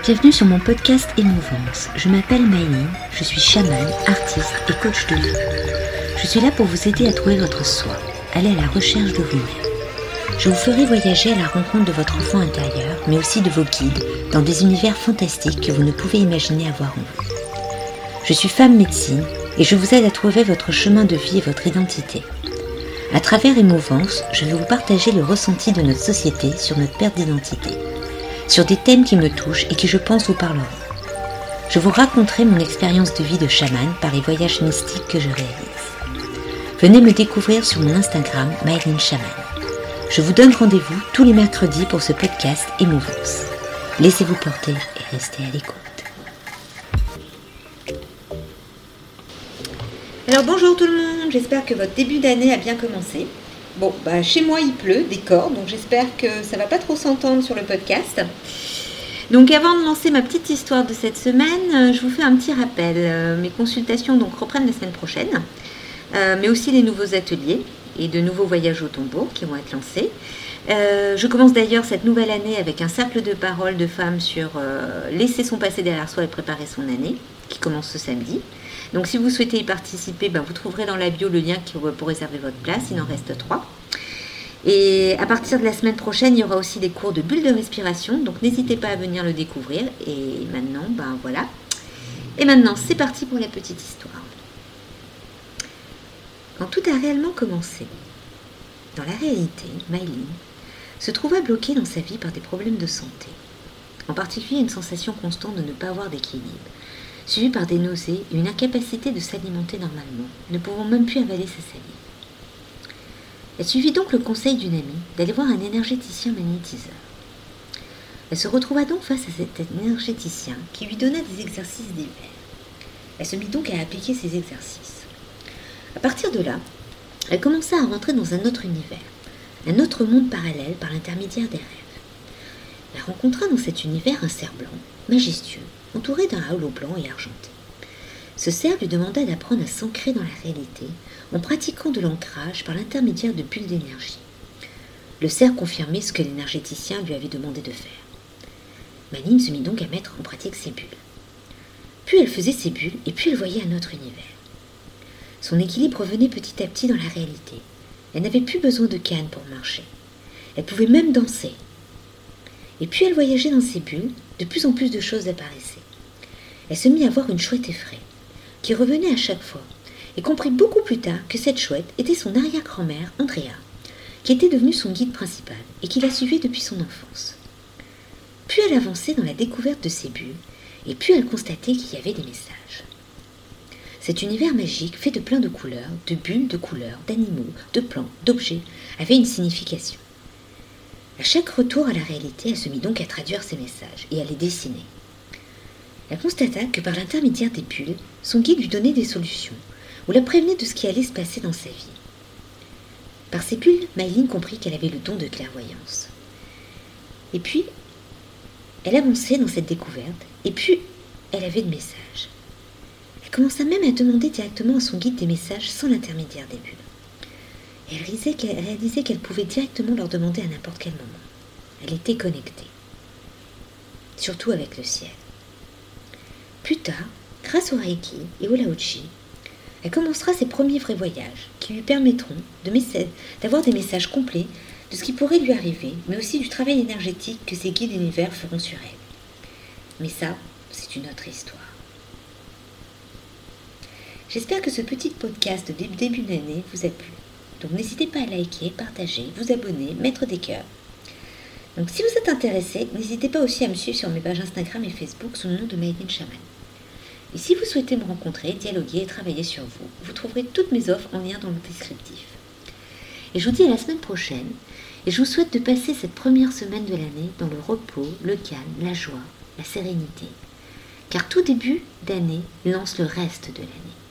Bienvenue sur mon podcast Émouvance. Je m'appelle Maëline, je suis chamane, artiste et coach de vie. Je suis là pour vous aider à trouver votre soi, aller à la recherche de vous-même. Je vous ferai voyager à la rencontre de votre enfant intérieur, mais aussi de vos guides, dans des univers fantastiques que vous ne pouvez imaginer avoir en vous. Je suis femme médecine et je vous aide à trouver votre chemin de vie et votre identité. À travers Émouvance, je vais vous partager le ressenti de notre société sur notre perte d'identité, sur des thèmes qui me touchent et qui je pense vous parleront. Je vous raconterai mon expérience de vie de chamane par les voyages mystiques que je réalise. Venez me découvrir sur mon Instagram Maëline Chamane. Je vous donne rendez-vous tous les mercredis pour ce podcast Émouvance. Laissez-vous porter et restez à l'écoute. Alors bonjour tout le monde, j'espère que votre début d'année a bien commencé. Bon, chez moi il pleut, décor, donc j'espère que ça va pas trop s'entendre sur le podcast. Donc avant de lancer ma petite histoire de cette semaine, je vous fais un petit rappel. Mes consultations donc reprennent la semaine prochaine, mais aussi les nouveaux ateliers et de nouveaux voyages au tombeau qui vont être lancés. Je commence d'ailleurs cette nouvelle année avec un cercle de parole de femmes sur laisser son passé derrière soi et préparer son année, qui commence ce samedi. Donc si vous souhaitez y participer, vous trouverez dans la bio le lien pour réserver votre place, il en reste 3. Et à partir de la semaine prochaine, il y aura aussi des cours de bulles de respiration, donc n'hésitez pas à venir le découvrir. Et maintenant, voilà. Et maintenant, c'est parti pour la petite histoire. Quand tout a réellement commencé, dans la réalité, Maëline se trouva bloquée dans sa vie par des problèmes de santé. En particulier une sensation constante de ne pas avoir d'équilibre, suivie par des nausées et une incapacité de s'alimenter normalement, ne pouvant même plus avaler sa salive. Elle suivit donc le conseil d'une amie d'aller voir un énergéticien magnétiseur. Elle se retrouva donc face à cet énergéticien qui lui donna des exercices divers. Elle se mit donc à appliquer ces exercices. À partir de là, elle commença à rentrer dans un autre univers, un autre monde parallèle par l'intermédiaire des rêves. Elle rencontra dans cet univers un cerf blanc, majestueux, entouré d'un halo blanc et argenté. Ce cerf lui demanda d'apprendre à s'ancrer dans la réalité en pratiquant de l'ancrage par l'intermédiaire de bulles d'énergie. Le cerf confirmait ce que l'énergéticien lui avait demandé de faire. Maëline se mit donc à mettre en pratique ses bulles. Puis elle faisait ses bulles et puis elle voyait un autre univers. Son équilibre revenait petit à petit dans la réalité. Elle n'avait plus besoin de canne pour marcher. Elle pouvait même danser. Et puis elle voyageait dans ses bulles, de plus en plus de choses apparaissaient. Elle se mit à voir une chouette effraie, qui revenait à chaque fois, et comprit beaucoup plus tard que cette chouette était son arrière-grand-mère, Andrea, qui était devenue son guide principal et qui la suivait depuis son enfance. Puis elle avançait dans la découverte de ses bulles, et puis elle constatait qu'il y avait des messages. Cet univers magique, fait de plein de couleurs, de bulles de couleurs, d'animaux, de plantes, d'objets, avait une signification. À chaque retour à la réalité, elle se mit donc à traduire ces messages et à les dessiner. Elle constata que par l'intermédiaire des bulles, son guide lui donnait des solutions ou la prévenait de ce qui allait se passer dans sa vie. Par ces bulles, Maëline comprit qu'elle avait le don de clairvoyance. Et puis, elle avançait dans cette découverte et puis, elle avait de messages. Elle commença même à demander directement à son guide des messages sans l'intermédiaire des bulles. Et elle réalisait qu'elle pouvait directement leur demander à n'importe quel moment. Elle était connectée. Surtout avec le ciel. Plus tard, grâce au Reiki et au Lao-Chi, elle commencera ses premiers vrais voyages qui lui permettront d'avoir des messages complets de ce qui pourrait lui arriver, mais aussi du travail énergétique que ses guides d'univers feront sur elle. Mais ça, c'est une autre histoire. J'espère que ce petit podcast de début d'année vous a plu. Donc n'hésitez pas à liker, partager, vous abonner, mettre des cœurs. Donc si vous êtes intéressé, n'hésitez pas aussi à me suivre sur mes pages Instagram et Facebook sous le nom de Maëline Chamane. Et si vous souhaitez me rencontrer, dialoguer et travailler sur vous, vous trouverez toutes mes offres en lien dans le descriptif. Et je vous dis à la semaine prochaine, et je vous souhaite de passer cette première semaine de l'année dans le repos, le calme, la joie, la sérénité. Car tout début d'année lance le reste de l'année.